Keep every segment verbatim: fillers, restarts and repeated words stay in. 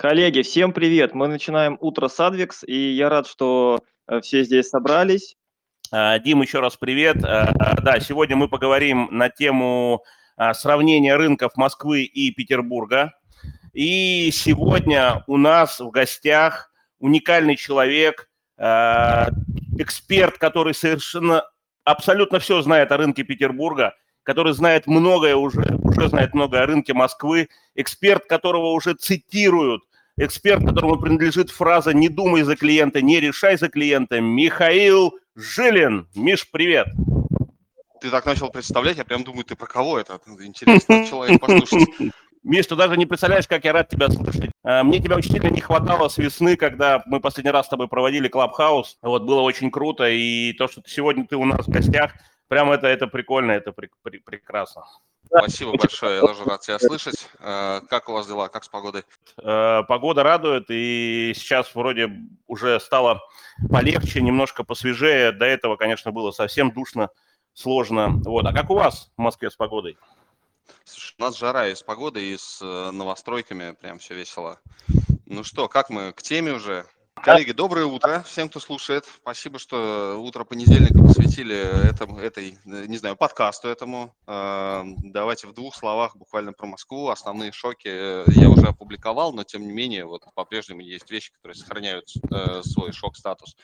Коллеги, всем привет! Мы начинаем утро с Adwex, и я рад, что э, все здесь собрались. А, Дим, еще раз привет. А, Да, сегодня мы поговорим на тему а, сравнения рынков Москвы и Петербурга. И сегодня у нас в гостях уникальный человек, а, эксперт, который совершенно абсолютно все знает о рынке Петербурга, который знает многое уже, уже знает многое о рынке Москвы, эксперт, которого уже цитируют, эксперт, которому принадлежит фраза «не думай за клиента, не решай за клиента», Михаил Жилин. Миш, привет. Ты так начал представлять, я прям думаю, ты про кого это? Интересно, человек послушать. Миш, ты даже не представляешь, как я рад тебя слышать. Мне тебя очень сильно не хватало с весны, когда мы последний раз с тобой проводили Клабхаус. Вот, было очень круто, и то, что ты сегодня ты у нас в гостях, прям это, это прикольно, это при, при, прекрасно. Спасибо большое, я тоже рад тебя слышать. Как у вас дела, как с погодой? Погода радует, и сейчас вроде уже стало полегче, немножко посвежее. До этого, конечно, было совсем душно, сложно. Вот. А как у вас в Москве с погодой? Слушай, у нас жара и с погодой, и с новостройками, прям все весело. Ну что, как мы к теме уже? Коллеги, доброе утро всем, кто слушает. Спасибо, что утро понедельника посвятили этому, этой, не знаю, подкасту этому. Давайте в двух словах буквально про Москву. Основные шоки я уже опубликовал, но тем не менее, вот по-прежнему есть вещи, которые сохраняют свой шок-статус.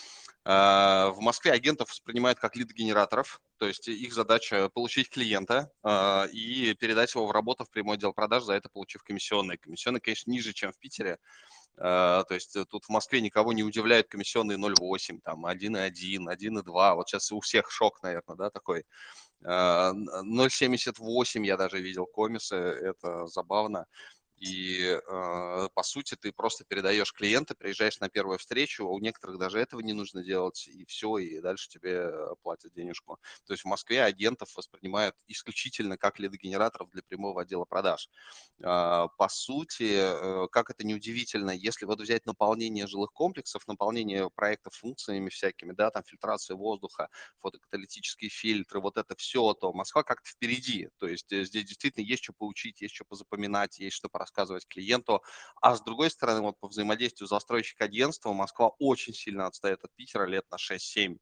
В Москве агентов воспринимают как лид-генераторов, то есть их задача получить клиента и передать его в работу в прямой отдел продаж, за это получив комиссионные. Комиссионные, конечно, ниже, чем в Питере. То есть тут в Москве никого не удивляют комиссионные ноль целых восемь десятых, там один целых один, один целых два. Вот сейчас у всех шок, наверное, да, такой. ноль целых семьдесят восемь я даже видел комиссы, это забавно. И, э, по сути, ты просто передаешь клиента, приезжаешь на первую встречу, у некоторых даже этого не нужно делать, и все, и дальше тебе платят денежку. То есть в Москве агентов воспринимают исключительно как лидогенераторов для прямого отдела продаж. Э, по сути, э, как это неудивительно, если вот взять наполнение жилых комплексов, наполнение проектов функциями всякими, да, там фильтрация воздуха, фотокаталитические фильтры, вот это все, то Москва как-то впереди. То есть здесь действительно есть что поучить, есть что позапоминать, есть что порассказать. рассказывать клиенту, а с другой стороны, вот по взаимодействию застройщик-агентства Москва очень сильно отстает от Питера лет на шесть-семь.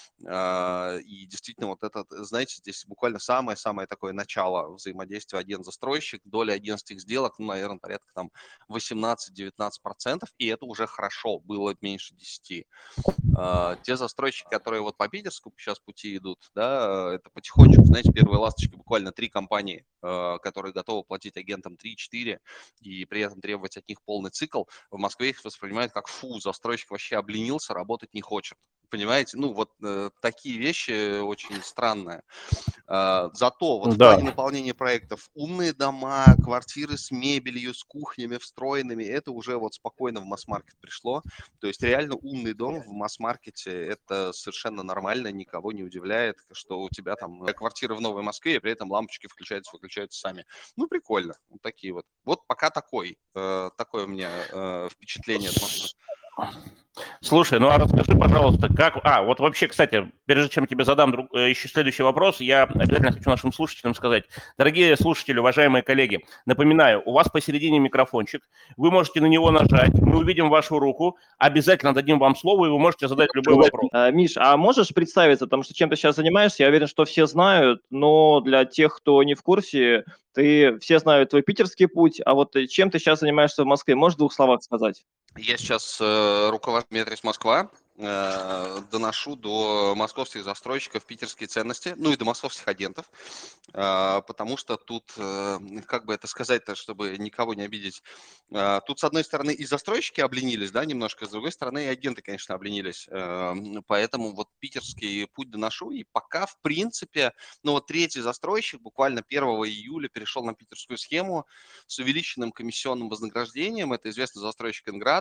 И действительно, вот это, знаете, здесь буквально самое-самое такое начало взаимодействия агент-застройщик, доля агентских сделок, ну, наверное, порядка там восемнадцать-девятнадцать процентов, и это уже хорошо, было меньше десяти. Те застройщики, которые вот по питерскому сейчас пути идут, да, это потихонечку, знаете, первые ласточки, буквально три компании, которые готовы платить агентам три-четыре, и при этом требовать от них полный цикл, в Москве их воспринимают как фу, застройщик вообще обленился, работать не хочет. Понимаете? Ну, вот э, такие вещи очень странные. Э, зато вот в Да. плане наполнения проектов умные дома, квартиры с мебелью, с кухнями встроенными, это уже вот спокойно в масс-маркет пришло. То есть реально умный дом в масс-маркете – это совершенно нормально, никого не удивляет, что у тебя там квартира в Новой Москве, и при этом лампочки включаются, выключаются сами. Ну, прикольно. Вот такие вот. Вот пока такой, э, такое у меня э, впечатление от Москвы. Слушай, ну а расскажи, пожалуйста, как... А, вот вообще, кстати, прежде чем тебе задам друг... еще следующий вопрос, я обязательно хочу нашим слушателям сказать. Дорогие слушатели, уважаемые коллеги, напоминаю, у вас посередине микрофончик, вы можете на него нажать, мы увидим вашу руку, обязательно дадим вам слово, и вы можете задать любой вопрос. А, Миш, а можешь представиться, потому что чем ты сейчас занимаешься, я уверен, что все знают, но для тех, кто не в курсе, ты, все знают твой питерский путь, а вот чем ты сейчас занимаешься в Москве, можешь в двух словах сказать? Я сейчас э, руковожу Метрис Москва, э, доношу до московских застройщиков питерские ценности, ну и до московских агентов, э, потому что тут, э, как бы это сказать-то, чтобы никого не обидеть, э, тут с одной стороны и застройщики обленились, да, немножко, с другой стороны и агенты, конечно, обленились, э, поэтому вот питерский путь доношу, и пока, в принципе, ну вот третий застройщик буквально первого июля перешел на питерскую схему с увеличенным комиссионным вознаграждением, это известный застройщик Инград,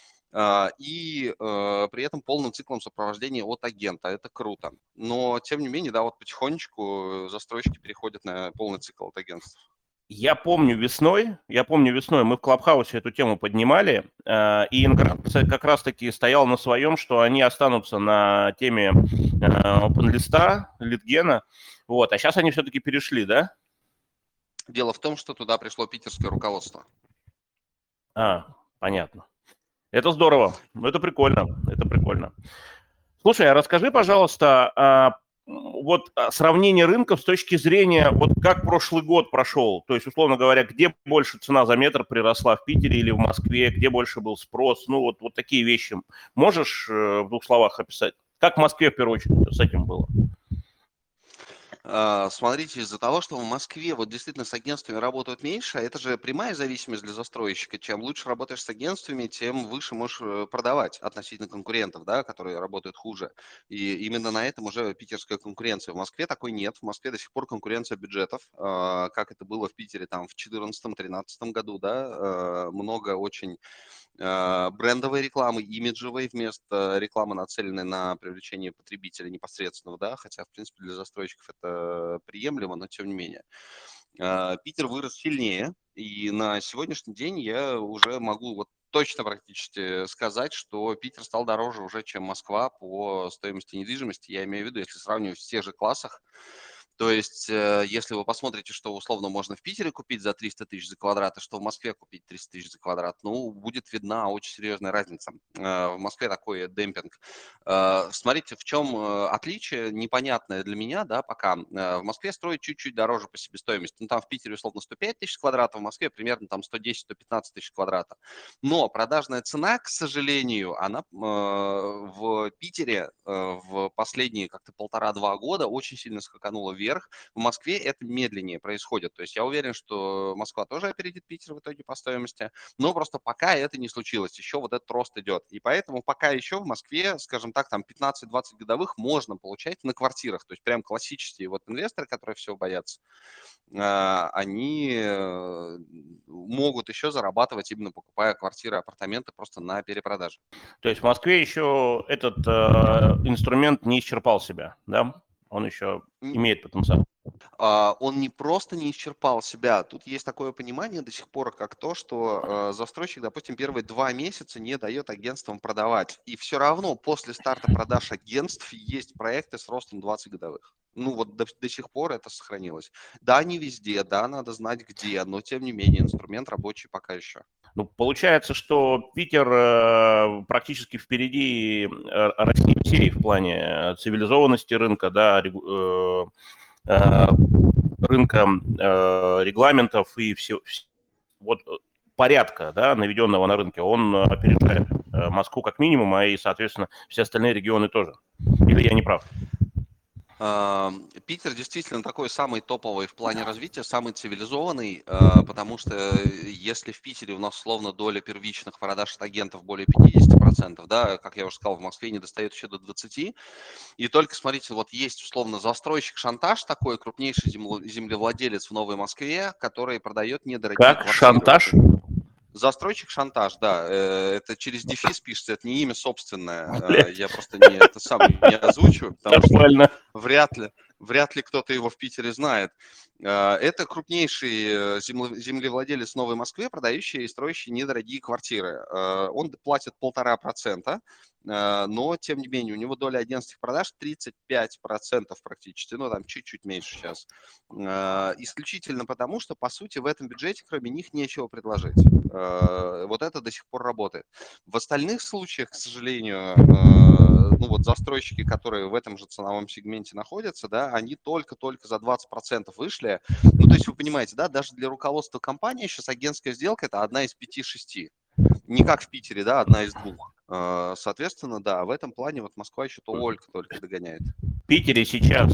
и э, при этом полным циклом сопровождения от агента. Это круто. Но, тем не менее, да, вот потихонечку застройщики переходят на полный цикл от агентств. Я помню весной, я помню весной, мы в Клабхаусе эту тему поднимали, э, и Инград как раз-таки стоял на своем, что они останутся на теме э, OpenList, лидгена, вот, а сейчас они все-таки перешли, да? Дело в том, что туда пришло питерское руководство. А, Понятно. Это здорово, это прикольно, это прикольно. Слушай, а расскажи, пожалуйста, вот сравнение рынков с точки зрения, вот как прошлый год прошел, то есть, условно говоря, где больше цена за метр приросла, в Питере или в Москве, где больше был спрос, ну вот, вот такие вещи. Можешь в двух словах описать? Как в Москве, в первую очередь, с этим было? Смотрите, из-за того, что в Москве вот действительно с агентствами работают меньше, это же прямая зависимость для застройщика. Чем лучше работаешь с агентствами, тем выше можешь продавать относительно конкурентов, да, которые работают хуже. И именно на этом уже питерская конкуренция. В Москве такой нет. В Москве до сих пор конкуренция бюджетов, как это было в Питере там в четырнадцатом-тринадцатом году, да, много очень брендовой рекламы, имиджевой, вместо рекламы, нацеленной на привлечение потребителя непосредственного, да, хотя, в принципе, для застройщиков это приемлемо, но тем не менее. Питер вырос сильнее, и на сегодняшний день я уже могу вот точно практически сказать, что Питер стал дороже уже, чем Москва по стоимости недвижимости. Я имею в виду, если сравнивать в тех же классах. То есть, если вы посмотрите, что условно можно в Питере купить за триста тысяч за квадрат, и что в Москве купить триста тысяч за квадрат, ну, будет видна очень серьезная разница. В Москве такой демпинг. Смотрите, в чем отличие, непонятное для меня, да, пока. В Москве строят чуть-чуть дороже по себестоимости. Ну, там в Питере условно сто пять тысяч квадратов, в Москве примерно там сто десять - сто пятнадцать тысяч квадратов. Но продажная цена, к сожалению, она в Питере в последние как-то полтора-два года очень сильно скаканула вверх. В Москве это медленнее происходит. То есть я уверен, что Москва тоже опередит Питер в итоге по стоимости, но просто пока это не случилось, еще вот этот рост идет. И поэтому пока еще в Москве, скажем так, там пятнадцать-двадцать годовых можно получать на квартирах. То есть прям классические вот инвесторы, которые всего боятся, они могут еще зарабатывать, именно покупая квартиры, апартаменты просто на перепродаже. То есть в Москве еще этот э, инструмент не исчерпал себя, да? Он еще имеет потенциал. Он не просто не исчерпал себя. Тут есть такое понимание до сих пор, как то, что застройщик, допустим, первые два месяца не дает агентствам продавать. И все равно после старта продаж агентств есть проекты с ростом двадцать годовых. Ну вот до, до сих пор это сохранилось. Да, не везде, да, надо знать где, но тем не менее инструмент рабочий пока еще. Ну, получается, что Питер э, практически впереди России всей в плане цивилизованности рынка, да, э, э, рынка э, регламентов и все, вот порядка, да, наведенного на рынке, он опережает э, Москву как минимум, а и, соответственно, все остальные регионы тоже. Или я не прав? Питер действительно такой самый топовый в плане развития, самый цивилизованный, потому что если в Питере у нас условно доля первичных продаж от агентов более пятьдесят процентов, да, как я уже сказал, в Москве не достает еще до двадцати процентов, и только, смотрите, вот есть условно застройщик «Шантаж», такой крупнейший землевладелец в Новой Москве, который продает недорогие как? квартиры. «Шантаж»? Застройщик «Шантаж», да, это через дефис пишется, это не имя собственное, Блядь. Я просто не, это сам не озвучиваю, потому Нормально. что вряд ли, вряд ли кто-то его в Питере знает. Это крупнейший землевладелец в Новой Москве, продающий и строящий недорогие квартиры. Он платит полтора процента, но, тем не менее, у него доля агентских продаж тридцать пять процентов практически, ну, там чуть-чуть меньше сейчас. Исключительно потому, что, по сути, в этом бюджете кроме них нечего предложить. Вот это до сих пор работает. В остальных случаях, к сожалению, ну, вот застройщики, которые в этом же ценовом сегменте находятся, да, они только-только за двадцать процентов вышли. Ну, то есть вы понимаете, да, даже для руководства компании сейчас агентская сделка – это одна из пяти-шести. Не как в Питере, да, одна из двух. Соответственно, да, в этом плане вот Москва еще только-только догоняет. В Питере сейчас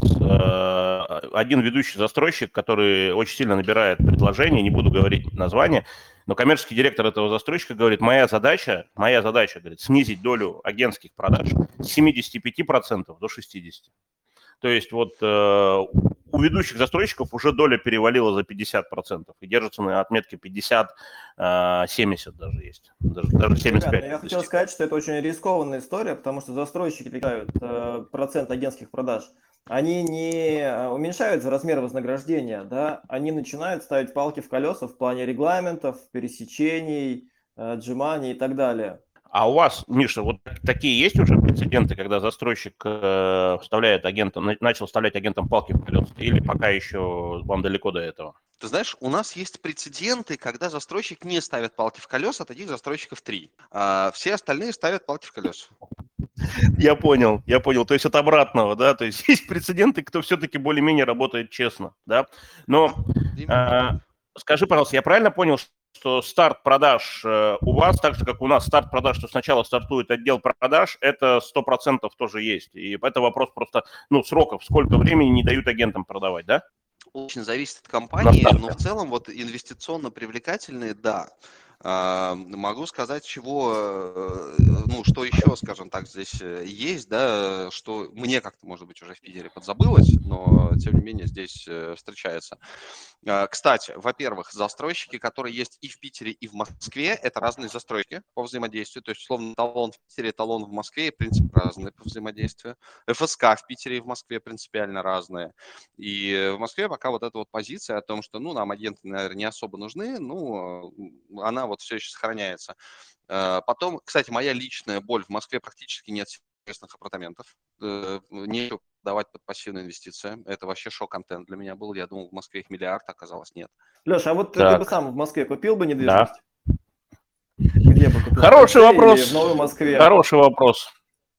э, один ведущий застройщик, который очень сильно набирает предложения, не буду говорить название, но коммерческий директор этого застройщика говорит, моя задача, моя задача, говорит, снизить долю агентских продаж с семидесяти пяти процентов до шестидесяти процентов. То есть вот э, у ведущих застройщиков уже доля перевалила за пятьдесят процентов и держится на отметке пятьдесят-семьдесят даже есть. Даже, даже семьдесят пять процентов. Ребята, я хотел сказать, что это очень рискованная история, потому что застройщики пикают э, процент агентских продаж. Они не уменьшают размер вознаграждения, да, они начинают ставить палки в колеса в плане регламентов, пересечений, э, отжиманий и так далее. А у вас, Миша, вот такие есть уже прецеденты, когда застройщик э, вставляет агентам, начал вставлять агентам палки в колеса, или пока еще вам далеко до этого? Ты знаешь, у нас есть прецеденты, когда застройщик не ставит палки в колеса, таких застройщиков три. А все остальные ставят палки в колеса. Я понял, я понял. То есть от обратного, да? То есть есть прецеденты, кто все-таки более-менее работает честно, да? Но э, скажи, пожалуйста, я правильно понял, что старт продаж э, у вас, так же, как у нас старт продаж, что сначала стартует отдел продаж, это сто процентов тоже есть. И это вопрос просто, ну, сроков, сколько времени не дают агентам продавать, да? Очень зависит от компании, но в целом вот инвестиционно привлекательные, да. А, могу сказать, чего, ну, что еще, скажем так, здесь есть, да, что мне как-то, может быть, уже в Питере подзабылось, но, тем не менее, здесь встречается. Кстати, во-первых, застройщики, которые есть и в Питере, и в Москве, это разные застройки по взаимодействию. То есть, условно, талон в Питере, талон в Москве, в принципе, разные по взаимодействию. эф эс ка в Питере и в Москве принципиально разные. И в Москве пока вот эта вот позиция о том, что, ну, нам агенты, наверное, не особо нужны, ну, она вот все еще сохраняется. Потом, кстати, моя личная боль: в Москве практически нет сервисных апартаментов. Нечего давать под пассивные инвестиции. Это вообще шок-контент для меня был. Я думал, в Москве их миллиард, оказалось, нет. Леша, а вот так. ты бы сам в Москве купил бы недвижимость? Да. Где бы купил? Хороший вопрос. В Новой Москве? Хороший вопрос.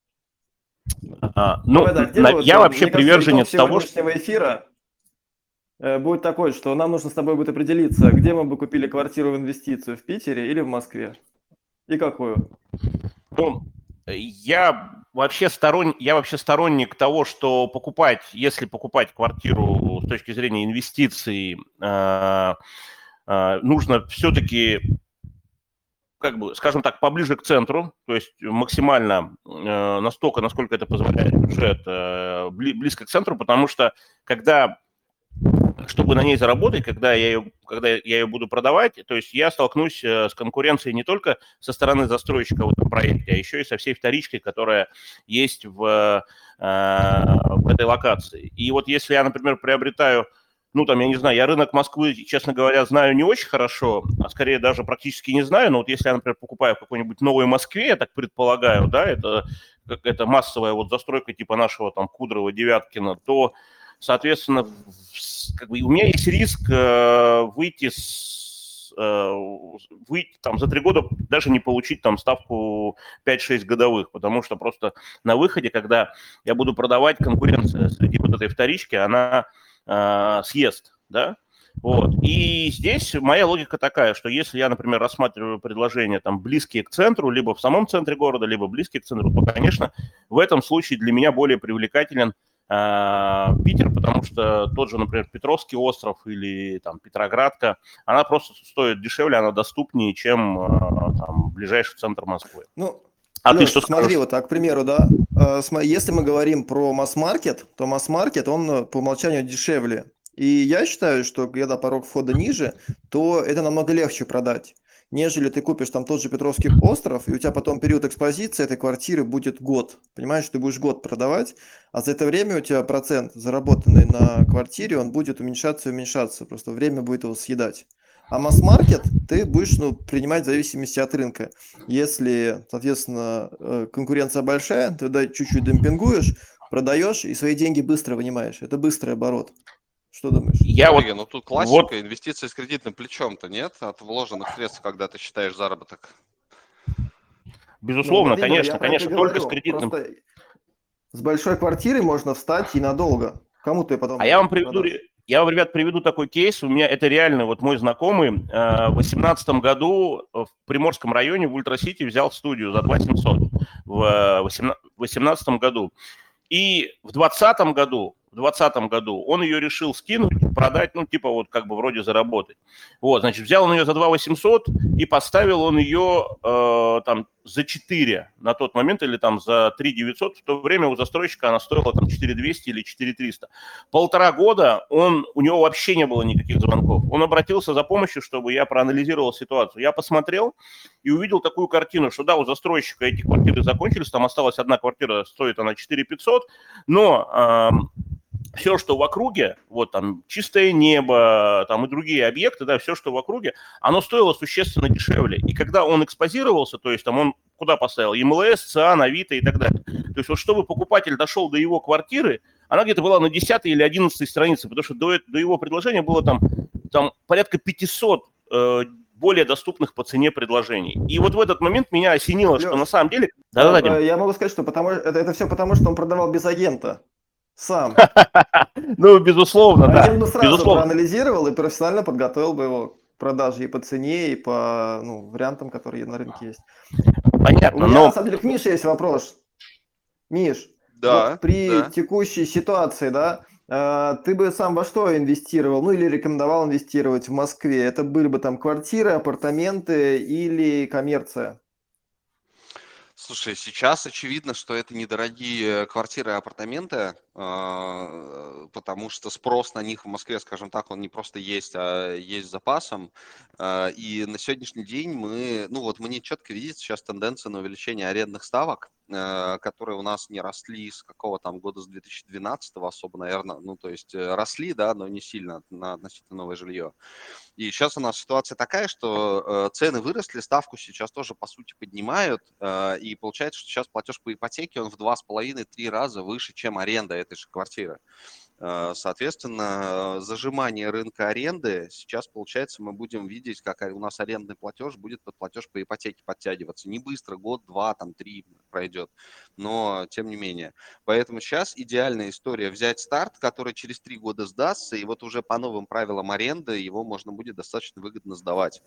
А, ну, Давай, так, на, вот, я вообще мне кажется, приверженец того, что сегодняшнего эфира э, будет такой, что нам нужно с тобой будет определиться, где мы бы купили квартиру в инвестицию, в Питере или в Москве, и какую. Ну, я вообще сторон, я вообще сторонник того, что покупать, если покупать квартиру с точки зрения инвестиций, э, э, нужно все-таки, как бы, скажем так, поближе к центру, то есть максимально э, настолько, насколько это позволяет бюджет, э, бли, близко к центру, потому что когда, чтобы на ней заработать, когда я ее, когда я ее буду продавать, то есть я столкнусь э, с конкуренцией не только со стороны застройщика в этом проекте, а еще и со всей вторичкой, которая есть в, э, в этой локации. И вот если я, например, приобретаю, ну, там, я не знаю, я рынок Москвы, честно говоря, знаю не очень хорошо, а скорее даже практически не знаю, но вот если я, например, покупаю в какой-нибудь Новой Москве, я так предполагаю, да, это, это массовая вот застройка типа нашего там Кудрова, Девяткина, то, соответственно, как бы у меня есть риск э, выйти, с, э, выйти там за три года, даже не получить там ставку пять-шесть годовых, потому что просто на выходе, когда я буду продавать, конкуренция среди вот этой вторички, она э, съест, да. Вот. И здесь моя логика такая, что если я, например, рассматриваю предложения там близкие к центру, либо в самом центре города, либо близкие к центру, то, конечно, в этом случае для меня более привлекателен э, Питер, потому что тот же, например, Петровский остров или там Петроградка, она просто стоит дешевле, она доступнее, чем э, там, ближайший центр Москвы. Ну, а Леш, ты что смотри, скажешь? вот так, к примеру, да, если мы говорим про масс-маркет, то масс-маркет, он по умолчанию дешевле. И я считаю, что когда порог входа ниже, то это намного легче продать, нежели ты купишь там тот же Петровский остров, и у тебя потом период экспозиции этой квартиры будет год. Понимаешь, ты будешь год продавать, а за это время у тебя процент, заработанный на квартире, он будет уменьшаться и уменьшаться, просто время будет его съедать. А масс-маркет ты будешь, ну, принимать в зависимости от рынка. Если, соответственно, конкуренция большая, ты да, чуть-чуть демпингуешь, продаешь и свои деньги быстро вынимаешь. Это быстрый оборот. Что думаешь? Я Ольга, вот, ну тут классика, вот, инвестиции с кредитным плечом-то нет от вложенных средств, когда ты считаешь заработок. безусловно, Ну, Владимир, конечно, я про конечно, это только говорю. с кредитным. Просто с большой квартирой можно встать и надолго. Кому ты потом А я вам приведу, продашь? я вам, ребят, приведу такой кейс. У меня это реально вот мой знакомый в две тысячи восемнадцатом году в Приморском районе в Ультрасити взял студию за два тысячи семьсот в две тысячи восемнадцатом году. И в двадцатом году, в двадцатом году он ее решил скинуть, продать, ну, типа вот как бы вроде заработать. Вот, значит, взял он ее за два тысячи восемьсот и поставил он ее э, там за четыре на тот момент или там за три тысячи девятьсот. В то время у застройщика она стоила там четыре тысячи двести или четыре тысячи триста. Полтора года он, у него вообще не было никаких звонков. Он обратился за помощью, чтобы я проанализировал ситуацию. Я посмотрел и увидел такую картину, что да, у застройщика эти квартиры закончились, там осталась одна квартира, стоит она четыре тысячи пятьсот, но э, все, что в округе, вот там чистое небо, там и другие объекты, да, все, что в округе, оно стоило существенно дешевле. И когда он экспозировался, то есть там он куда поставил? эм эл эс, ЦИАН, Авито и так далее. То есть вот чтобы покупатель дошел до его квартиры, она где-то была на десятой или одиннадцатой странице, потому что до, до его предложения было там там порядка пятьсот э, более доступных по цене предложений. И вот в этот момент меня осенило, Лёш, что на самом деле... Да-да-да, Дим. Я могу сказать, что потому, это, это все потому, что он продавал без агента. Сам. Ну, безусловно, да. Агент бы сразу Безусловно. проанализировал и профессионально подготовил бы его к продаже и по цене, и по ну, вариантам, которые на рынке есть. Понятно, У меня, но... на самом деле, к Мише есть вопрос. Миш, Да, вот при да. текущей ситуации, да, э, ты бы сам во что инвестировал, ну или рекомендовал инвестировать в Москве? Это были бы там квартиры, апартаменты или коммерция? Слушай, сейчас очевидно, что это недорогие квартиры и апартаменты, а, потому что спрос на них в Москве, скажем так, он не просто есть, а есть с запасом. А, И на сегодняшний день мы, ну вот мне четко видится сейчас тенденция на увеличение арендных ставок, а, которые у нас не росли с какого там года, с две тысячи двенадцатого особо, наверное, ну то есть э, росли, да, но не сильно на относительно новое жилье. И сейчас у нас ситуация такая, что э, цены выросли, ставку сейчас тоже, по сути, поднимают, э, и получается, что сейчас платеж по ипотеке, он в два с половиной-три раза выше, чем аренда этой же квартиры. Э, Соответственно, э, зажимание рынка аренды, сейчас, получается, мы будем видеть, как у нас арендный платеж будет под платеж по ипотеке подтягиваться. Не быстро, год, два, там, три пройдет, но тем не менее. Поэтому сейчас идеальная история взять старт, который через три года сдастся, и вот уже по новым правилам аренды его можно будет достаточно выгодно сдавать.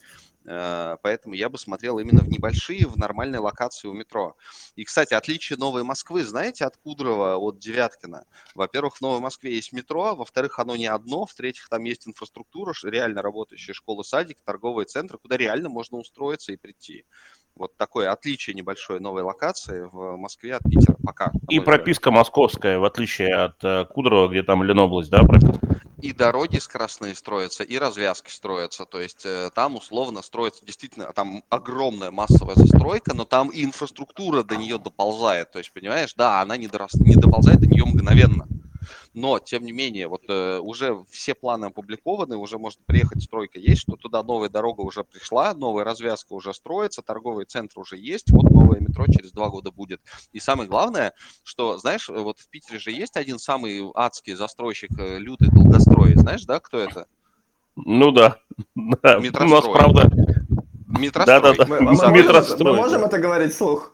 Э, Поэтому я бы смотрел именно в небольшие, в нормальной локации у метро. И, кстати, отличие Новой Москвы, знаете, от Кудрова, от Девяткина? Во-первых, в Новой Москве есть метро, во-вторых, оно не одно, в-третьих, там есть инфраструктура, реально работающие школы, садик, торговые центры, куда реально можно устроиться и прийти. Вот такое отличие небольшое новой локации в Москве от Питера пока. И прописка московская, в отличие от э, Кудрова, где там Ленобласть, да, прописка? И дороги скоростные строятся, и развязки строятся. То есть э, там условно строится действительно, там огромная массовая застройка, но там и инфраструктура до нее доползает. То есть, понимаешь, да, она не, дорос, не доползает до нее мгновенно. Но, тем не менее, вот э, уже все планы опубликованы, уже может приехать стройка есть, что туда новая дорога уже пришла, новая развязка уже строится, торговый центр уже есть, вот новое метро через два года будет. И самое главное, что, знаешь, вот в Питере же есть один самый адский застройщик, э, лютый долгострой, знаешь, да, кто это? Ну да, да. У нас, правда... Метрострой. Да-да-да. Мы, а мы, можем, Метрострой, мы можем да. это говорить вслух?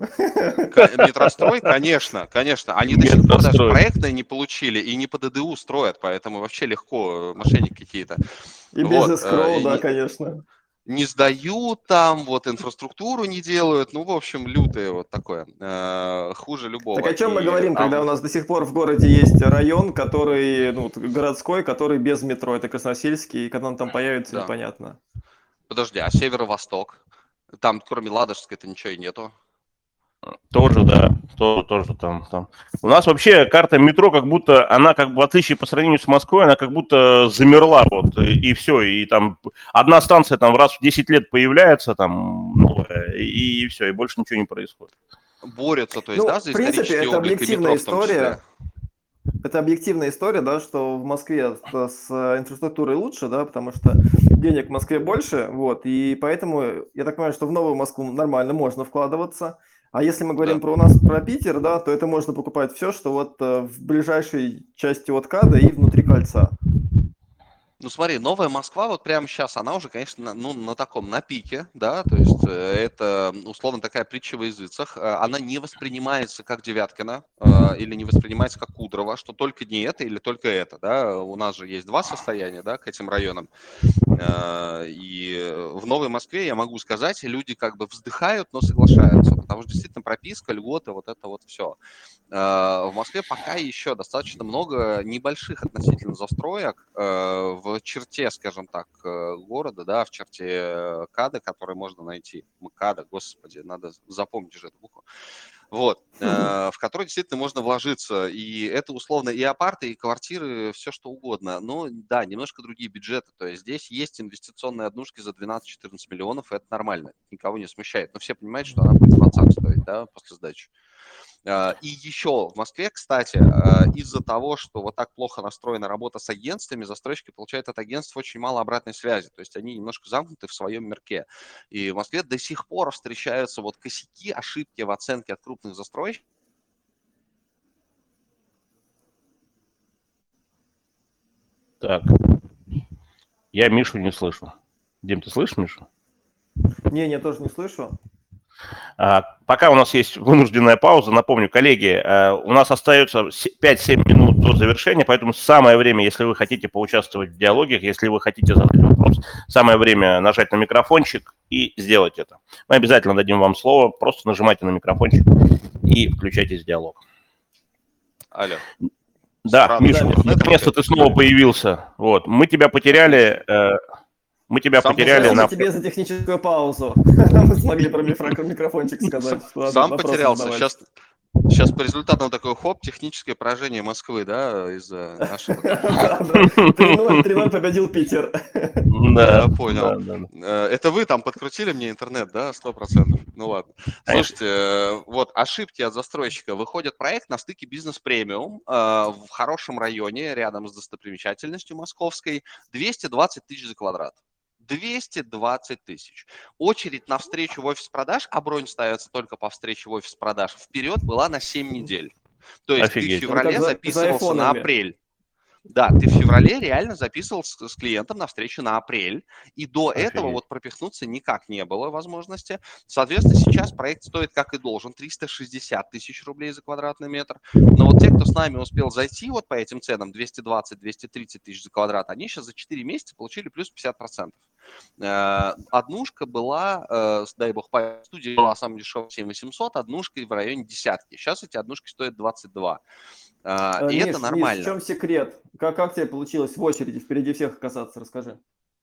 Метрострой, конечно, конечно. Они до сих пор даже проектные не получили и не по ДДУ строят, поэтому вообще легко, мошенники какие-то. И без вот. эскроу, да, не, конечно. Не сдают там, вот инфраструктуру не делают, ну, в общем, лютое вот такое, э, хуже любого. Так о чем И, мы говорим, а, когда у нас до сих пор в городе есть район, который, ну, городской, который без метро, это Красносельский, и когда он там появится, да. непонятно. Подожди, а северо-восток? Там, кроме Ладожской-то ничего и нету. Тоже, да, тоже, тоже там, там. У нас вообще карта метро, как будто она, как бы, в отличие по сравнению с Москвой, она как будто замерла, вот, и, и все, и там одна станция там раз в десять лет появляется, там, новая, и, и все, и больше ничего не происходит. Борются, то есть, Ну, да, за в принципе, исторический это облик и объективная метро в том числе. история. Это объективная история, да, что в Москве с инфраструктурой лучше, да, потому что денег в Москве больше, вот, и поэтому я так понимаю, что в Новую Москву нормально можно вкладываться. А если мы говорим Да. про у нас про Питер, да, то это можно покупать все, что вот э, в ближайшей части от КАДа и внутри кольца. Ну смотри, Новая Москва вот прямо сейчас, она уже, конечно, ну, на таком, на пике, да, то есть э, это условно такая притча во языцах, Э, она не воспринимается как Девяткина э, или не воспринимается как Кудрова, что только не это или только это, да, у нас же есть два состояния, да, к этим районам. Э, И в Новой Москве, я могу сказать, люди как бы вздыхают, но соглашаются, потому что действительно прописка, льготы, вот это вот все. В Москве пока еще достаточно много небольших относительно застроек э, в черте, скажем так, э, города, да, в черте КАДа, которые можно найти. МКАДа, господи, надо запомнить же эту букву. Вот, э, в который действительно можно вложиться. И это условно и апарты, и квартиры, все что угодно. Но да, немножко другие бюджеты. То есть здесь есть инвестиционные однушки за двенадцать-четырнадцать миллионов, и это нормально, никого не смущает. Но все понимают, что она будет двадцать стоить, да, после сдачи. И еще в Москве, кстати, из-за того, что вот так плохо настроена работа с агентствами, застройщики получают от агентств очень мало обратной связи. То есть они немножко замкнуты в своем мирке. И в Москве до сих пор встречаются вот косяки, ошибки в оценке от крупных застройщиков. Так. Я Мишу не слышу. Дим, ты слышишь Мишу? Не, я тоже не слышу. А, пока у нас есть вынужденная пауза, напомню, коллеги, а, у нас остается пять-семь минут до завершения, поэтому самое время, если вы хотите поучаствовать в диалогах, если вы хотите задать вопрос, самое время нажать на микрофончик и сделать это. Мы обязательно дадим вам слово, просто нажимайте на микрофончик и включайтесь в диалог. Алло. Да, Странно, Миша, да, наконец-то ты снова появился. Вот, мы тебя потеряли... Э, Мы тебя Сам потеряли Спасибо на... тебе за техническую паузу. Мы смогли про микрофончик сказать. Сам потерялся. Сейчас, сейчас по результатам такой хоп, техническое поражение Москвы, да, из-за ошибок. три ноль, три ноль победил Питер. Да, понял. Это вы там подкрутили мне интернет, да, сто процентов? Ну ладно. Слушайте, вот ошибки от застройщика. Выходит проект на стыке бизнес-премиум в хорошем районе, рядом с достопримечательностью московской, двести двадцать тысяч за квадрат. двести двадцать тысяч. Очередь на встречу в офис продаж, а бронь ставится только по встрече в офис продаж, вперед была на семь недель. То есть Офигеть. Ты в феврале ну, записывался за на апрель. Да, ты в феврале реально записывался с клиентом на встречу на апрель, и до Офигеть. Этого вот пропихнуться никак не было возможности. Соответственно, сейчас проект стоит, как и должен, триста шестьдесят тысяч рублей за квадратный метр. Но вот те, кто с нами успел зайти вот по этим ценам, двести двадцать - двести тридцать тысяч за квадрат, они сейчас за четыре месяца получили плюс пятьдесят процентов. Однушка была, дай бог память, студия была самая дешевая семь тысяч восемьсот, однушка в районе десятки. Сейчас эти однушки стоят двадцать два. И Миш, это нормально. Миш, в чем секрет? Как, как тебе получилось в очереди впереди всех оказаться? Расскажи.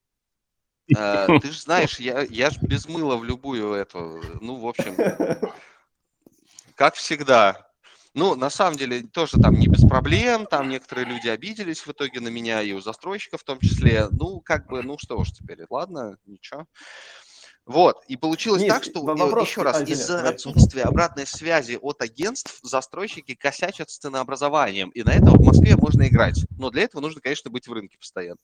Ты же знаешь, я, я же без мыла в любую эту, ну, в общем, как всегда. Ну, на самом деле, тоже там не без проблем, там некоторые люди обиделись в итоге на меня, и у застройщиков в том числе. Ну, как бы, ну что уж теперь, ладно, ничего. Вот, и получилось Миш, так, что, вопрос... еще раз, а, из-за отсутствия обратной связи от агентств застройщики косячат с ценообразованием, и на это в Москве можно играть. Но для этого нужно, конечно, быть в рынке постоянно.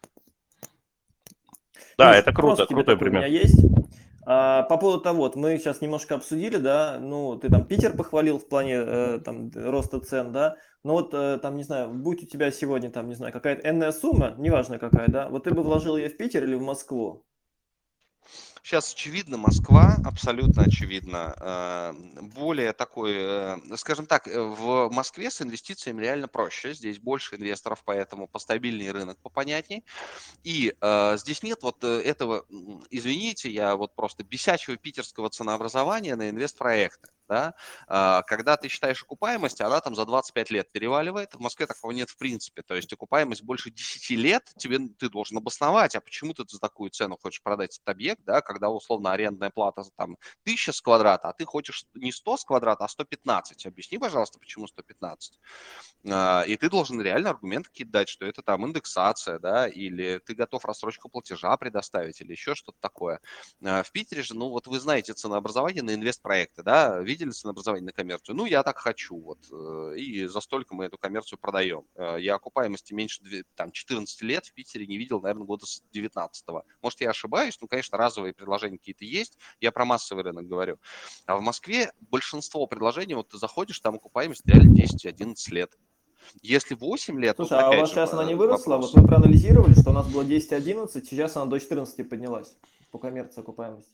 Да, Миш, это круто, крутой пример. У меня есть. А, по поводу того, вот, мы сейчас немножко обсудили, да, ну, ты там Питер похвалил в плане э, там, роста цен, да, но вот э, там, не знаю, будь у тебя сегодня, там, не знаю, какая-то энная сумма, неважно какая, да, вот ты бы вложил ее в Питер или в Москву? Сейчас очевидно, Москва, абсолютно очевидно. Более такой, скажем так, в Москве с инвестициями реально проще. Здесь больше инвесторов, поэтому постабильнее рынок, попонятней. И здесь нет вот этого, извините, я вот просто бесячего питерского ценообразования на инвестпроекты. Да? Когда ты считаешь окупаемость, она там за двадцать пять лет переваливает. В Москве такого нет в принципе. То есть окупаемость больше десяти лет, тебе, ты должен обосновать, а почему ты за такую цену хочешь продать этот объект, да? Когда условно арендная плата там тысяча с квадрата, а ты хочешь не сто с квадрата, а сто пятнадцать. Объясни, пожалуйста, почему сто пятнадцать. И ты должен реально аргументы какие-то дать, что это там индексация, да, или ты готов рассрочку платежа предоставить, или еще что-то такое. В Питере же, ну вот вы знаете ценообразование на инвестпроекты, да, видели ценообразование на коммерцию? Ну, я так хочу, вот, и за столько мы эту коммерцию продаем. Я окупаемости меньше там, четырнадцати лет в Питере не видел, наверное, года с девятнадцатого. Может, я ошибаюсь, ну, конечно, разовые предложения какие-то есть, я про массовый рынок говорю. А в Москве большинство предложений, вот ты заходишь, там окупаемость реально десять-одиннадцать лет. Если восемь лет... Слушай, а у вас сейчас она не выросла? Вопрос. Вот вы проанализировали, что у нас было десять-одиннадцать, сейчас она до четырнадцати поднялась по коммерции окупаемости.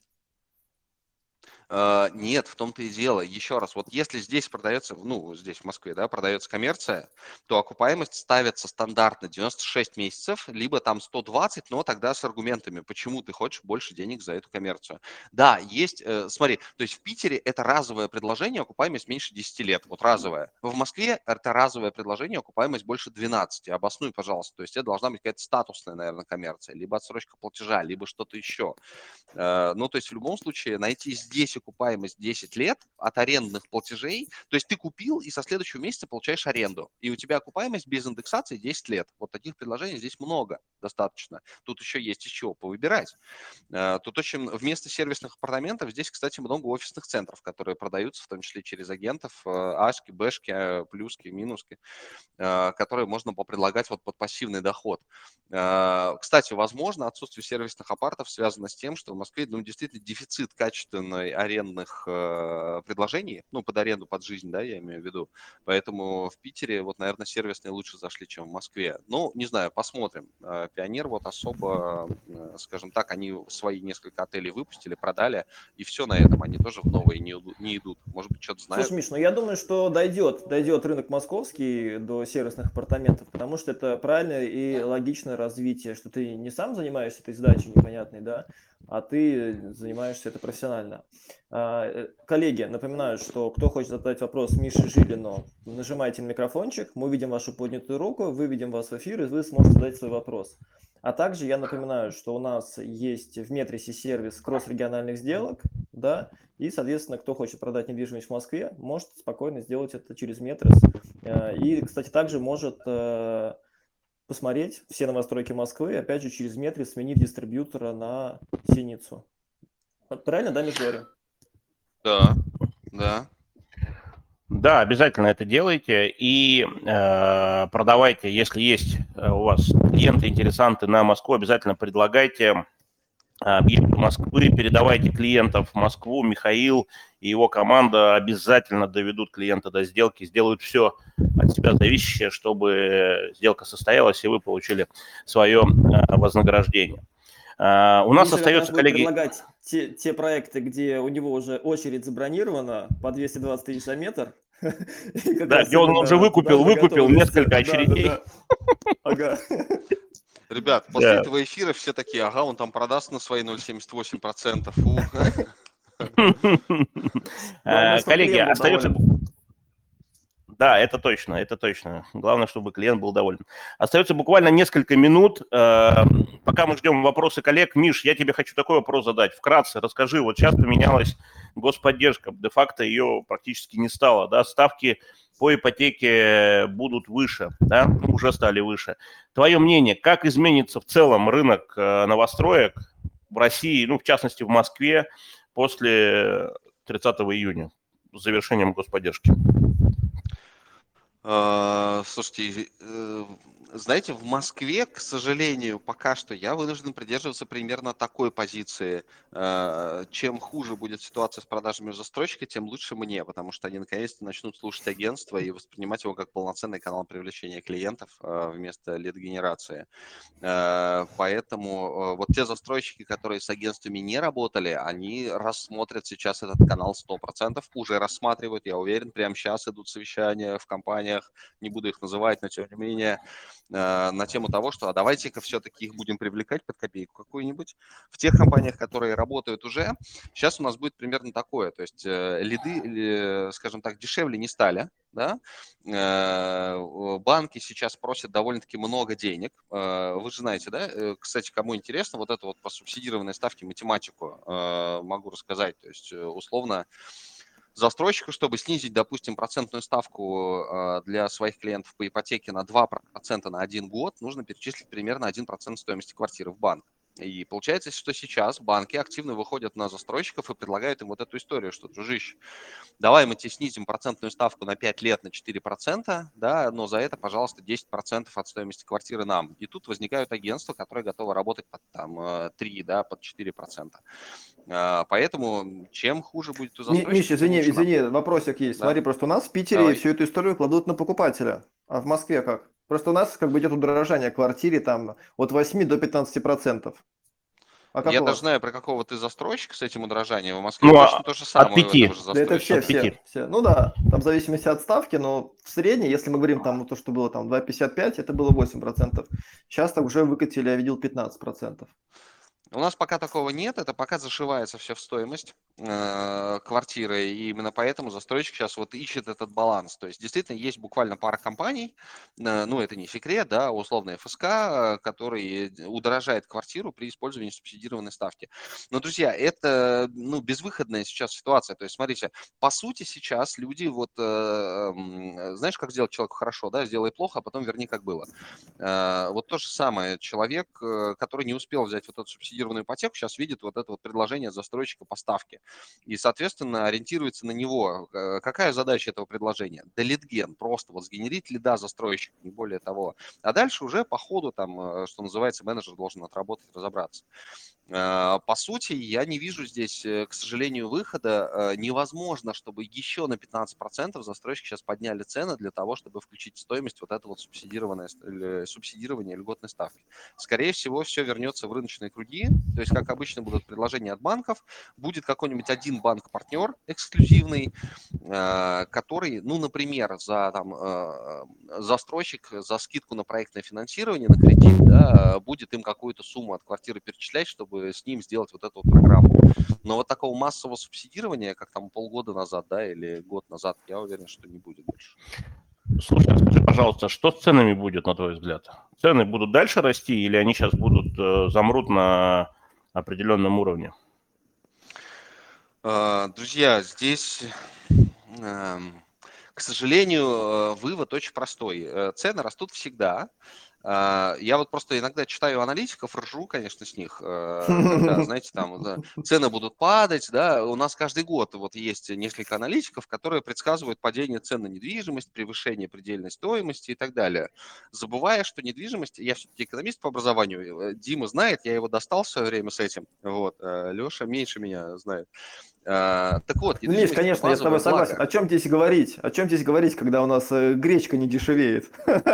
Uh, нет, в том-то и дело. Еще раз, вот если здесь продается, ну, здесь в Москве, да, продается коммерция, то окупаемость ставится стандартно девяносто шесть месяцев, либо там сто двадцать, но тогда с аргументами, почему ты хочешь больше денег за эту коммерцию. Да, есть, э, смотри, то есть в Питере это разовое предложение, окупаемость меньше десяти лет, вот разовое. В Москве это разовое предложение, окупаемость больше двенадцати. Обоснуй, пожалуйста, то есть это должна быть какая-то статусная, наверное, коммерция, либо отсрочка платежа, либо что-то еще. Э, ну, то есть в любом случае найти здесь окупаемость десять лет от арендных платежей, то есть ты купил и со следующего месяца получаешь аренду, и у тебя окупаемость без индексации десять лет. Вот таких предложений здесь много, достаточно. Тут еще есть из чего повыбирать. Тут очень вместо сервисных апартаментов здесь, кстати, много офисных центров, которые продаются, в том числе через агентов, ашки, бэшки, плюски, минуски, которые можно попредлагать вот под пассивный доход. Кстати, возможно, отсутствие сервисных апартов связано с тем, что в Москве, ну, действительно дефицит качественной арендных э, предложений, ну, под аренду, под жизнь, да, я имею в виду. Поэтому в Питере, вот, наверное, сервисные лучше зашли, чем в Москве. Ну, не знаю, посмотрим. Пионер вот особо, скажем так, они свои несколько отелей выпустили, продали, и все на этом. Они тоже в новые не, не идут. Может быть, что-то знают. Слушай, Миш, ну я думаю, что дойдет, дойдет рынок московский до сервисных апартаментов, потому что это правильное и логичное развитие, что ты не сам занимаешься этой задачей непонятной, да, а ты занимаешься это профессионально. А, коллеги, напоминаю, что кто хочет задать вопрос Мише Жилину, нажимайте на микрофончик, мы увидим вашу поднятую руку, выведем вас в эфир, и вы сможете задать свой вопрос. А также я напоминаю, что у нас есть в Метрисе сервис кросс-региональных сделок, да, и, соответственно, кто хочет продать недвижимость в Москве, может спокойно сделать это через Метрис. И, кстати, также может посмотреть все новостройки Москвы, опять же, через Метрис, сменить дистрибьютора на Синицу. Правильно, да, Межгорье? Да, да. Да, обязательно это делайте и э, продавайте, если есть у вас клиенты, интересанты на Москву, обязательно предлагайте объекты Москвы, передавайте клиентов в Москву. Михаил и его команда обязательно доведут клиента до сделки, сделают все от себя зависящее, чтобы сделка состоялась и вы получили свое вознаграждение. Uh, у нас Миша остается, коллеги... предлагать те, те проекты, где у него уже очередь забронирована по двести двадцать тысяч за метр. Да, где он уже выкупил, выкупил несколько очередей. Ага. Ребят, после да. этого эфира все такие, ага, он там продаст на свои ноль целых семьдесят восемь сотых процента. Коллеги, остается... Да, это точно, это точно. Главное, чтобы клиент был доволен. Остается буквально несколько минут. Пока мы ждем вопросы коллег. Миш, я тебе хочу такой вопрос задать. Вкратце расскажи, вот сейчас поменялась господдержка, де-факто ее практически не стало, да, ставки по ипотеке будут выше, да, уже стали выше. Твое мнение, как изменится в целом рынок новостроек в России, ну, в частности, в Москве после тридцатого июня с завершением господдержки? Слушайте, знаете, в Москве, к сожалению, пока что я вынужден придерживаться примерно такой позиции. Чем хуже будет ситуация с продажами у застройщика, тем лучше мне, потому что они наконец-то начнут слушать агентство и воспринимать его как полноценный канал привлечения клиентов вместо лид-генерации. Поэтому вот те застройщики, которые с агентствами не работали, они рассмотрят сейчас этот канал сто процентов, уже рассматривают, я уверен, прямо сейчас идут совещания в компаниях, не буду их называть, но тем не менее, на тему того, что а давайте-ка все-таки их будем привлекать под копейку какую-нибудь. В тех компаниях, которые работают уже, сейчас у нас будет примерно такое, то есть лиды, скажем так, дешевле не стали, да? Банки сейчас просят довольно-таки много денег, вы же знаете, да, кстати, кому интересно, вот это вот по субсидированной ставке математику могу рассказать, то есть условно застройщику, чтобы снизить, допустим, процентную ставку для своих клиентов по ипотеке на два процента на один год, нужно перечислить примерно один процент стоимости квартиры в банк. И получается, что сейчас банки активно выходят на застройщиков и предлагают им вот эту историю, что, дружище, давай мы тебе снизим процентную ставку на пять лет на четыре процента, да, но за это, пожалуйста, десять процентов от стоимости квартиры нам. И тут возникают агентства, которые готовы работать под там, три, да, под четыре процента. Поэтому чем хуже будет у застройщика... Миш, извини, извини, нам... вопросик есть. Да. Смотри, просто у нас в Питере Давай. всю эту историю кладут на покупателя, а в Москве как? Просто у нас как бы идет удорожание квартиры там от восьми до пятнадцати процентов. А Я даже знаю, про какого ты застройщика с этим удорожанием. В Москве ну, точно то же самое. От пяти. Да это все, все, все. Ну да, там в зависимости от ставки, но в среднем, если мы говорим там то, что было там два пятьдесят пять, это было восемь процентов. Сейчас так уже выкатили, я видел, пятнадцать процентов. У нас пока такого нет, это пока зашивается все в стоимость э, квартиры, и именно поэтому застройщик сейчас вот ищет этот баланс. То есть действительно есть буквально пара компаний, э, ну это не секрет, да, условно эф эс ка, который удорожает квартиру при использовании субсидированной ставки. Но, друзья, это ну, безвыходная сейчас ситуация. То есть смотрите, по сути сейчас люди вот, э, знаешь, как сделать человеку хорошо, да, сделай плохо, а потом верни как было. Э, вот то же самое, человек, который не успел взять вот эту субсидированную ипотеку, сейчас видит вот это вот предложение застройщика по ставке и, соответственно, ориентируется на него. Какая задача этого предложения? Да лидген, просто вот сгенерить лида застройщика, не более того. А дальше уже по ходу там, что называется, менеджер должен отработать, разобраться. По сути, я не вижу здесь, к сожалению, выхода. Невозможно, чтобы еще на пятнадцать процентов застройщики сейчас подняли цены для того, чтобы включить в стоимость вот это вот субсидированное, субсидирование льготной ставки. Скорее всего, все вернется в рыночные круги. То есть, как обычно, будут предложения от банков. Будет какой-нибудь один банк-партнер эксклюзивный, который, ну, например, за там, застройщик, за скидку на проектное финансирование, на кредит, да, будет им какую-то сумму от квартиры перечислять, чтобы с ним сделать вот эту вот программу. Но вот такого массового субсидирования, как там полгода назад, да, или год назад, я уверен, что не будет больше. Слушай, скажи, пожалуйста, что с ценами будет, на твой взгляд? Цены будут дальше расти или они сейчас будут э, замрут на определенном уровне? Друзья, здесь, к сожалению, вывод очень простой. Цены растут всегда. Я вот просто иногда читаю аналитиков, ржу, конечно, с них, когда, знаете, там да, цены будут падать, да, у нас каждый год вот есть несколько аналитиков, которые предсказывают падение цен на недвижимость, превышение предельной стоимости и так далее, забывая, что недвижимость, я все-таки экономист по образованию, Дима знает, я его достал в свое время с этим, вот, Леша меньше меня знает. А, так вот, Миш, конечно, я с тобой согласен. О чем здесь говорить? О чем здесь говорить, когда у нас э, гречка не дешевеет?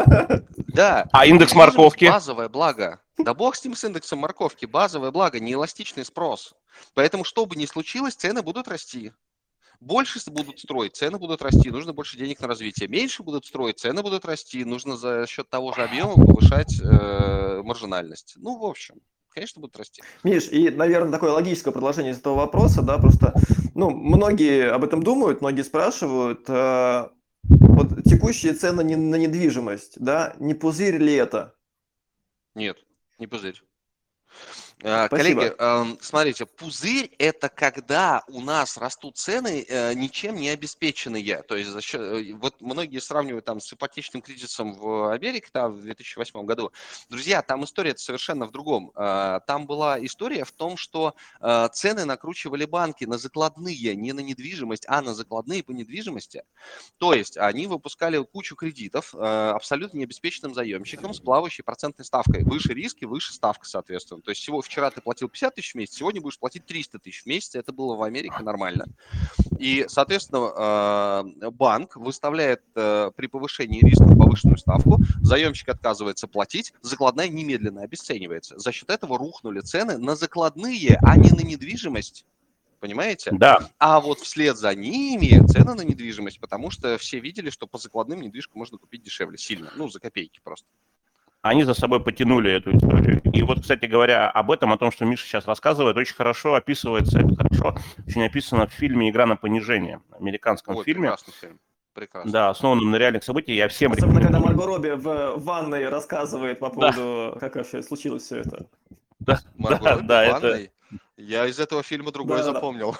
Да. А индекс морковки? Базовое благо. Да бог с ним с индексом морковки. Базовое благо, неэластичный спрос. Поэтому, что бы ни случилось, цены будут расти. Больше будут строить, цены будут расти, нужно больше денег на развитие. Меньше будут строить, цены будут расти, нужно за счет того же объема повышать э, маржинальность. Ну, в общем. Конечно, будут расти. Миш, и, наверное, такое логическое продолжение из этого вопроса, да, просто, ну, многие об этом думают, многие спрашивают, э, вот текущие цены на недвижимость, да, не пузырь ли это? Нет, не пузырь. Спасибо. Коллеги, смотрите, пузырь – это когда у нас растут цены ничем не обеспеченные. То есть за счет, вот многие сравнивают там с ипотечным кризисом в Америке там, в две тысячи восьмом году. Друзья, там история совершенно в другом. Там была история в том, что цены накручивали банки на закладные, не на недвижимость, а на закладные по недвижимости. То есть они выпускали кучу кредитов абсолютно необеспеченным заемщикам с плавающей процентной ставкой. Выше риски, выше ставка, соответственно. То есть всего вчера ты платил пятьдесят тысяч в месяц, сегодня будешь платить триста тысяч в месяц. Это было в Америке нормально. И, соответственно, банк выставляет при повышении риска повышенную ставку, заемщик отказывается платить, закладная немедленно обесценивается. За счет этого рухнули цены на закладные, а не на недвижимость. Понимаете? Да. А вот вслед за ними цены на недвижимость, потому что все видели, что по закладным недвижку можно купить дешевле, сильно, ну, за копейки просто. Они за собой потянули эту историю. И вот, кстати говоря, об этом, о том, что Миша сейчас рассказывает, очень хорошо описывается, это хорошо очень описано в фильме «Игра на понижение», американском Ой, фильме. Прекрасный фильм. Прекрасно. Да, основанном на реальных событиях. Я всем Особенно, когда Марго Робби в ванной рассказывает по поводу, да. как вообще случилось все это. Да, Марго да, Робби да, в ванной? это... Я из этого фильма другой да, запомнил.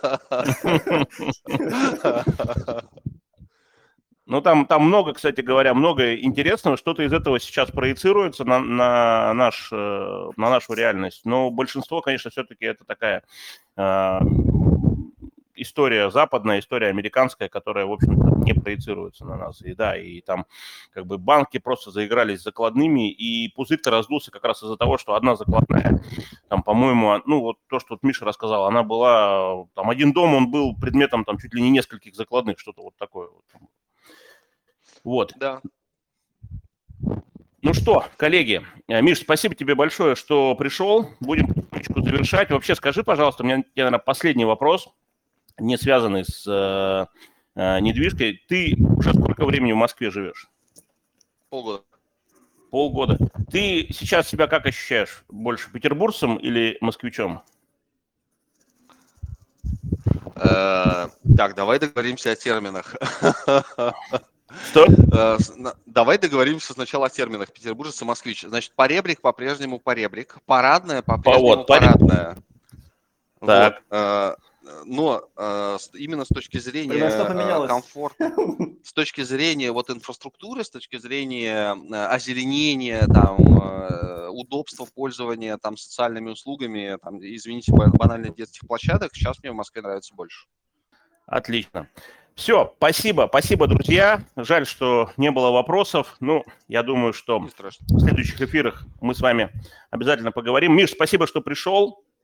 Ну, там, там много, кстати говоря, много интересного, что-то из этого сейчас проецируется на, на, наш, на нашу реальность. Но большинство, конечно, все-таки это такая э, история западная, история американская, которая, в общем-то, не проецируется на нас. И да, и там как бы банки просто заигрались с закладными, и пузырь-то раздулся как раз из-за того, что одна закладная, там, по-моему, ну, вот то, что вот Миша рассказал, она была, там, один дом, он был предметом там чуть ли не нескольких закладных, что-то вот такое вот. Вот. Да. Ну что, коллеги, Миш, спасибо тебе большое, что пришел. Будем потихонечку завершать. Вообще скажи, пожалуйста, у меня, наверное, последний вопрос, не связанный с э, э, недвижкой. Ты уже сколько времени в Москве живешь? Полгода. Полгода. Ты сейчас себя как ощущаешь? Больше петербуржцем или москвичом? Э, так, давай договоримся о терминах. Что? Давай договоримся сначала о терминах. Петербуржец и москвич. Значит, поребрик по-прежнему поребрик. Парадная по-прежнему вот, парадная. Так. Вот. Но именно с точки зрения комфорта, с точки зрения вот инфраструктуры, с точки зрения озеленения, там, удобства пользования там, социальными услугами, там, извините, банально детских площадок, сейчас мне в Москве нравится больше. Отлично. Все, спасибо, спасибо, друзья. Жаль, что не было вопросов. Ну, я думаю, что в следующих эфирах мы с вами обязательно поговорим. Миш, спасибо, что пришел.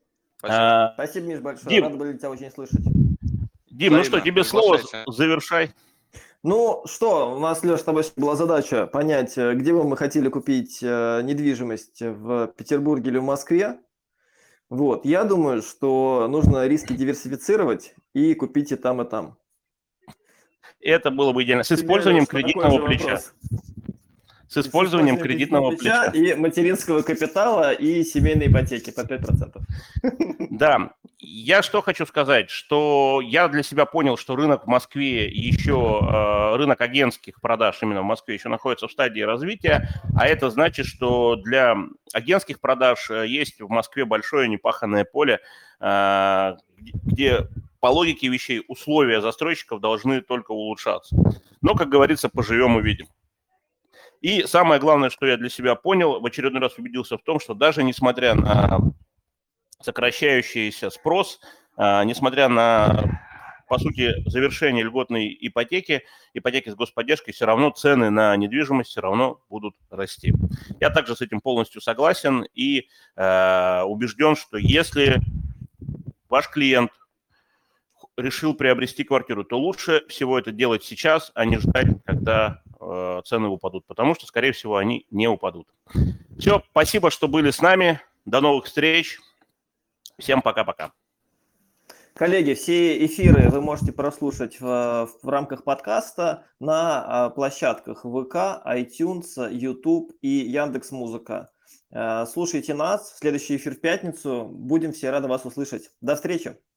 Спасибо. А, Спасибо, Миш, большое. Дим, Рады были тебя очень слышать. Дим, ну что, Взаимно. тебе слово, Приглашайте. завершай. Ну что, у нас, Леш, с тобой была задача понять, э, где бы мы хотели купить э, недвижимость в Петербурге или в Москве. Вот, я думаю, что нужно риски диверсифицировать и купить и там, и там. Это было бы идеально. С Тебе, использованием Леш, такой кредитного же плеча. вопрос. С использованием кредитного плеча. И материнского капитала, и семейной ипотеки по пять процентов. Да, я что хочу сказать, что я для себя понял, что рынок в Москве еще, э, рынок агентских продаж именно в Москве еще находится в стадии развития, а это значит, что для агентских продаж э, есть в Москве большое непаханное поле, э, где по логике вещей условия застройщиков должны только улучшаться. Но, как говорится, поживем увидим. И самое главное, что я для себя понял, в очередной раз убедился в том, что даже несмотря на сокращающийся спрос, а, несмотря на, по сути, завершение льготной ипотеки, ипотеки с господдержкой, все равно цены на недвижимость все равно будут расти. Я также с этим полностью согласен и э, убежден, что если ваш клиент решил приобрести квартиру, то лучше всего это делать сейчас, а не ждать, когда э, цены упадут, потому что, скорее всего, они не упадут. Все, спасибо, что были с нами. До новых встреч. Всем пока-пока. Коллеги, все эфиры вы можете прослушать в, в рамках подкаста на площадках ВК, iTunes, YouTube и Яндекс.Музыка. Слушайте нас. Следующий эфир в пятницу. Будем все рады вас услышать. До встречи.